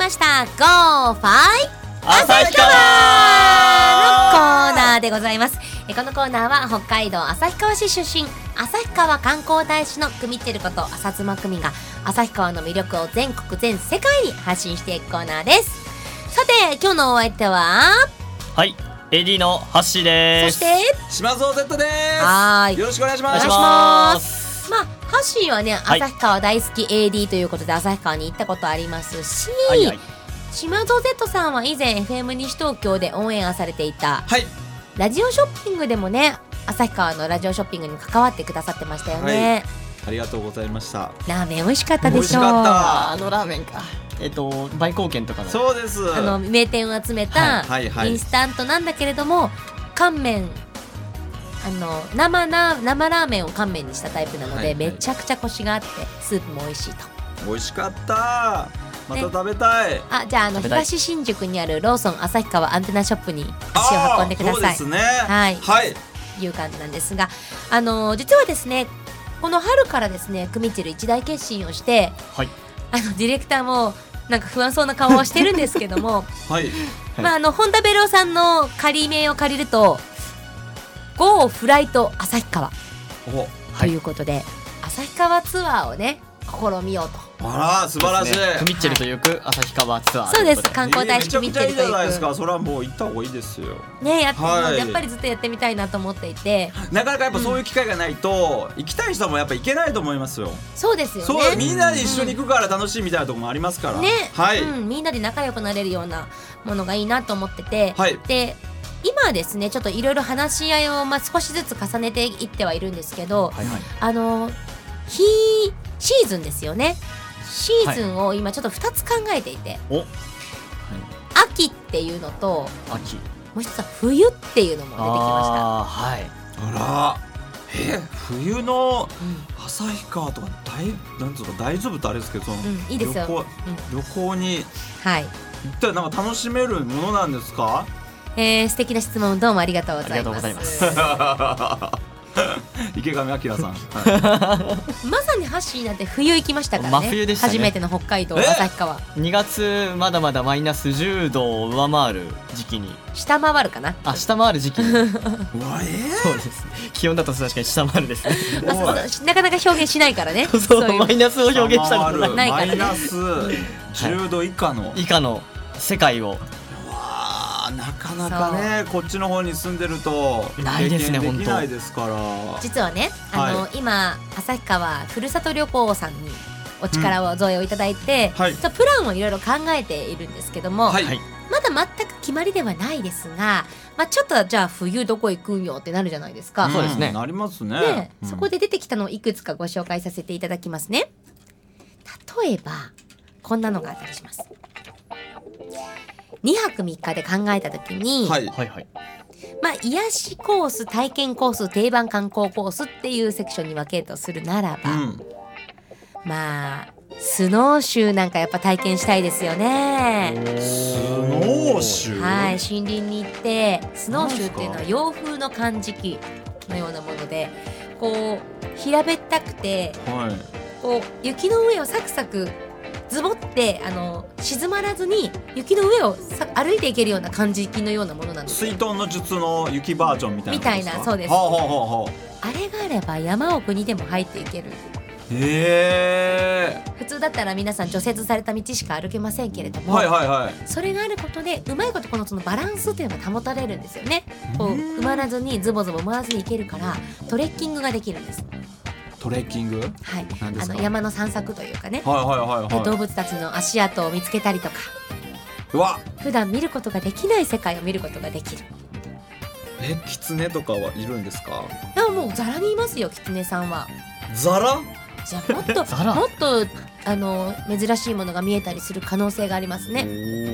ました Go! ファイ旭川のコーナーでございます。このコーナーは北海道旭川市出身、旭川観光大使の久美てること浅妻久美が旭川の魅力を全国全世界に発信していくコーナーです。さて今日のお相手ははい、AD のハッシーです。 そして島津 Z です。 はい、 よろしくお願いしお願いします。 ます。まあハッシーはね、 はい旭川大好き AD ということで旭川に行ったことありますし、 はいはい、 島津 Z さんは以前 FM 西東京でオンエアされていたはい、 ラジオショッピングでもね、旭川のラジオショッピングに関わってくださってましたよね、 ありがとうございました。 ラーメン美味しかったでしょう。 美味しかったあのラーメンか。売港券とかの。 そうです。 名店を集めたはいはいインスタントなんだけれども、乾麺生ラーメンを乾麺にしたタイプなので、 はいはいめちゃくちゃコシがあってスープも美味しいと。 美味しかった。また食べたい。 じゃあ食べたい東新宿にあるローソン旭川アンテナショップに足を運んでください。 そうですね。 はいはい。 いう感じなんですが、実はですね、この春からですね、クミチル一大決心をして、 はい。 ディレクターもなんか不安そうな顔をしてるんですけどもはい。 本田ベロさんの仮名を借りると Go! フライト旭川お、 ということで、旭川ツアーをね試みようと。 あら素晴らしい。 クミッチェルと行く旭川ツアー。 そうです、 とい観光大使クミッチェルとめちゃくちゃいいじゃないですいうか。それはもう行った方がいいですよ。 ね、やはいっぱりずっとやってみたいなと思っていて、 なかなかやっぱそういう機会がないと、行きたい人もやっぱ行けないと思いますよ。 そうですよね。 そう、みんなで一緒に行くから楽しいみたいなところもありますから。 ね、 はい。 みんなで仲良くなれるようなものがいいなと思ってて、 はい。 で今ですね、ちょっといろいろ話し合いを少しずつ重ねていってはいるんですけど、 はいはい。 シーズンですよね。シーズンを今ちょっと2つ考えていて、 お、 秋っていうのと秋。 もう一つは冬っていうのも出てきまはい。 あら。冬のした。 旭川とかなんつうか大丈夫ってあれですけど、そのいいですよ。 旅行にはい。 一体なんか楽しめるものなんですか？ 素敵な質問どうもありがとうございます。 ありがとうございます池上彰さん。 まさにハッシーなんて冬行きましたからね。 真冬でしたね初めての北海道旭川。 2月まだまだマイナス10度を上回る時期に、 下回るかな。 下回る時期にうわそうです。気温だと確かに下回るですね。 そうなかなか表現しないからね。 そう、 いうマイナスを表現したことない。 ないからねマイナス10度以下の。 以下の世界を。 なかなかね、こっちの方に住んでるとないですね経験できないですから。 実はね、 は今旭川ふるさと旅行さんにお力を添えをいただいて、 はいちょっとプランをいろいろ考えているんですけども、 はいはい。 まだ全く決まりではないですが、ちょっとじゃあ冬どこ行くんよってなるじゃないですか。 そうですねなりますね。 で、 うんそこで出てきたのをいくつかご紹介させていただきますね。例えばこんなのがあったりします。2泊3日で考えた時に、 はい。 はいはい。 癒しコース、体験コース、定番観光コースっていうセクションに分けるとするならば、スノーシューなんかやっぱ体験したいですよね。 スノーシュー。 はい、森林に行ってスノーシューっていうのは洋風のかんじきのようなもので、こう平べったくて、 はい。 こう雪の上をサクサクズボって静まらずに雪の上を歩いていけるような感じのようなものなんですよ。 水遁の術の雪バージョンみたいなことですか？ みたいな、そうです。 はあはあはあはあ。 あれがあれば山奥にでも入っていける。 へ普通だったら皆さん除雪された道しか歩けませんけれどー。 も、 はいはいはい。 それがあることでうまいことそのバランスっていうのが保たれるんですよね。こううん埋まらずにズボズボ埋まらずにいけるからトレッキングができるんです。 トレッキング？ はい、 何ですか？ 山の散策というかね、 はいはいはいはい。 動物たちの足跡を見つけたりとか、 うわ、 普段見ることができない世界を見ることができる。 キツネとかはいるんですか？ いやもうザラにいますよ、キツネさんは。 ザラ？ じゃあもっとザラもっと珍しいものが見えたりする可能性がありますね。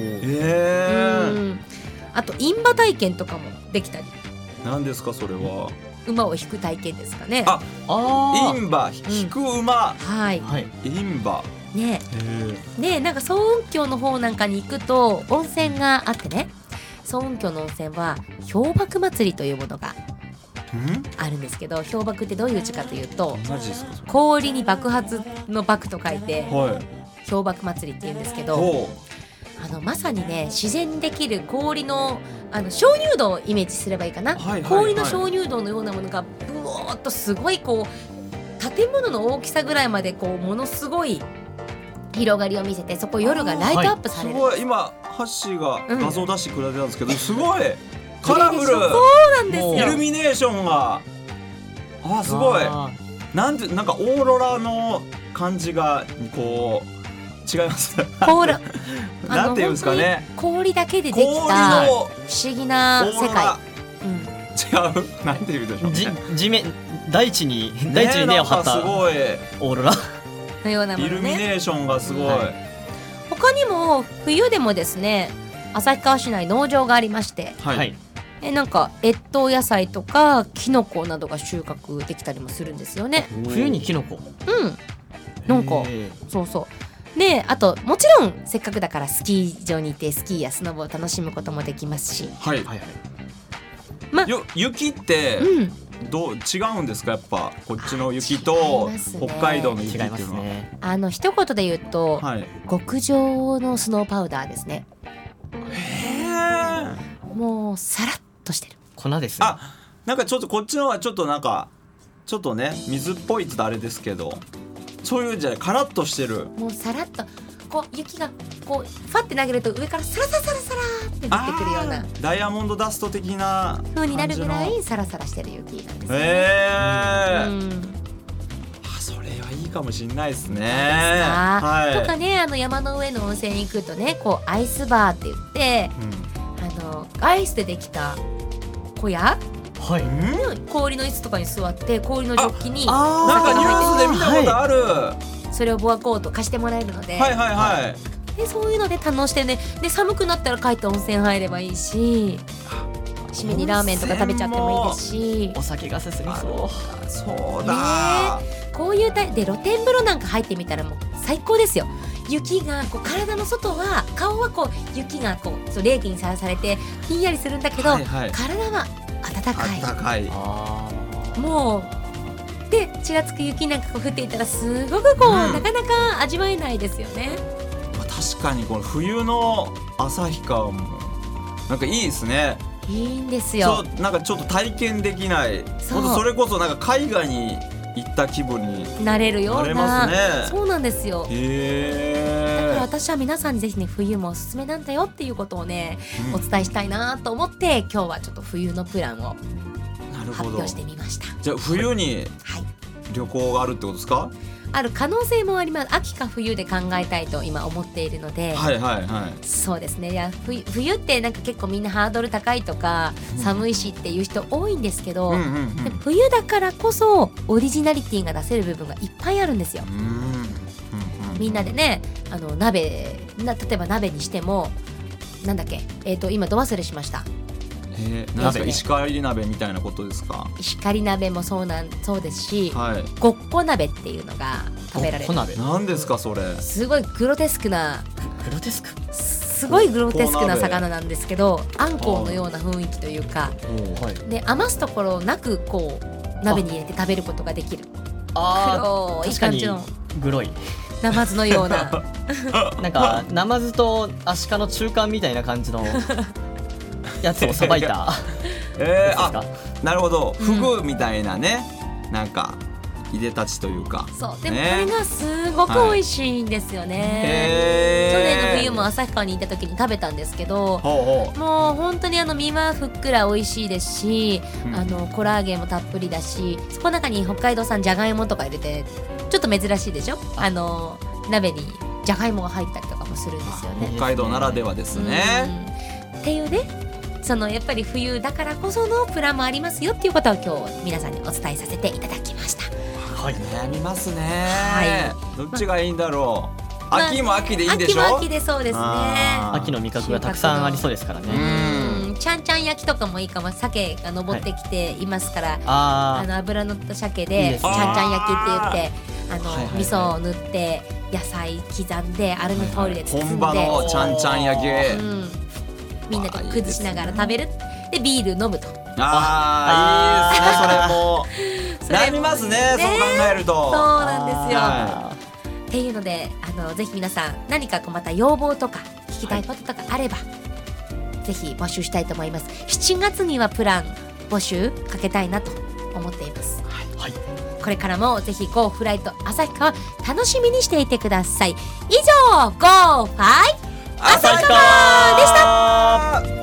あとインバ体験とかもできたり、 何ですかそれは？ 馬を引く体験ですかね。 インバ、引く馬。 はいはい。 インバ。 ねでなんか層雲峡の方なんかに行くと温泉があってね、層雲峡の温泉は氷瀑祭りというものがあるんですけど、氷瀑ってどういう字かというと、 マジですかそれ？ 氷に爆発の爆と書いてはい。 氷瀑祭りって言うんですけど、 ほまさにね自然にできる氷の鍾乳洞をイメージすればいいかな、氷の鍾乳洞のようなものがブワーっとすごいこう建物の大きさぐらいまでこうものすごい広がりを見せて、そこ夜がライトアップされる。 すごい、今ハッシーが画像出してくれてたんですけど、すごいカラフル。 そうなんですよ。 イルミネーションがすごい。なんかオーロラの感じがこう違いますなんていうんですかね、 氷だけでできた不思議な世界。 違う、なんていうんでしょうね。 地面大地に根を張ったすごいオーロラのようなものね。 イルミネーションがすごい。 他にも冬でもですね、旭川市内農場がありまして、なんか越冬野菜とかキノコなどが収穫できたりもするんですよね。 冬にキノコ。 なんかそうそうで、あともちろんせっかくだからスキー場に行ってスキーやスノボを楽しむこともできますし、 雪ってどう違うんですか？やっぱこっちの雪と北海道の雪っていうのは。 一言で言うと、極上のスノーパウダーですね。もうサラッとしてる粉ですね。 なんかちょっとこっちのはちょっとなんかちょっとね水っぽいってあれですけど、そういうんじゃない、カラッとしてる。 もうサラッとこう雪がこうファって投げると上からサラサラサラサラって降ってくるようなダイヤモンドダスト的な風になるぐらいサラサラしてる雪なんですね。 それはいいかもしれないですね。 とかね、山の上の温泉に行くとね、こうアイスバーって言って、アイスでできた小屋、氷の椅子とかに座って氷のジョッキになんかニュースで見たことある、 それをボアコート貸してもらえるので、でそういうので楽しんでね、で寒くなったら帰って温泉入ればいいし、締めにラーメンとか食べちゃってもいいですし、 お酒が進みそう。 そうだ、 こういうで露天風呂なんか入ってみたらもう最高ですよ。雪がこう体の外は、顔はこう雪がこう冷気にさらされてひんやりするんだけど、体は暖かい。もうで血がつく雪なんかこう降っていたらすごくこう、なかなか味わえないですよね。 確かにこの冬の旭川もなんかいいですね。 いいんですよ。 なんかちょっと体験できない、それこそなんか海外に行った気分になれるような。 なれますね。 そうなんですよ。だから私は皆さんにぜひね、冬もおすすめなんだよっていうことをね、お伝えしたいなと思って今日はちょっと冬のプランを発表してみました。 じゃあ冬に旅行があるってことですか？ ある可能性もあります。秋か冬で考えたいと今思っているので、そうですね。いや冬ってなんか結構みんなハードル高いとか、寒いしっていう人多いんですけど、で冬だからこそオリジナリティが出せる部分がいっぱいあるんですよ。みんなでね、鍋例えば鍋にしてもなんだっけ、今ど忘れしました。 石狩鍋みたいなことですか？ 石狩鍋もそうですし、ごっこ鍋っていうのが食べられる。 何ですかそれ？ すごいグロテスクなすごいグロテスクな魚なんですけど、あんこうのような雰囲気というか、で余すところなくこう鍋に入れて食べることができる。黒い感じのグロいナマズのようななんかナマズとアシカの中間みたいな感じのやつをさばいたなるほど、フグみたいなね、なんかいでたちというか。 そうでもこれがすごく美味しいんですよね。去年の冬も旭川に行った時に食べたんですけど、もう本当に身はふっくら美味しいですし、コラーゲンもたっぷりだし、そこの中に北海道産じゃがいもとか入れてちょっと珍しいでしょ、鍋にじゃがいもが入ったりとかもするんですよね。 北海道ならではですね。 っていうね、やっぱり冬だからこそのプランもありますよっていうことを今日皆さんにお伝えさせていただきました。 悩みますね。どっちがいいんだろう。秋も秋でいいんでしょ？ 秋も秋でそうですね。 秋の味覚がたくさんありそうですからね。 ちゃんちゃん焼きとかもいいかも。鮭が登ってきていますから、油のった鮭でちゃんちゃん焼きって言って、味噌を塗って野菜刻んでアルミホイルで包んで、 本場のちゃんちゃん焼き、 みんなで崩しながら食べる。でビール飲むと。 いいですね。それも悩みますね。そう考えると。 そうなんですよ。っていうのでぜひ皆さん何かまた要望とか聞きたいこととかあれば、ぜひ募集したいと思います。7月にはプラン募集かけたいなと思っています。 はい、 これからもぜひ Go フライト旭川楽しみにしていてください。以上 Go ファイ旭川でした。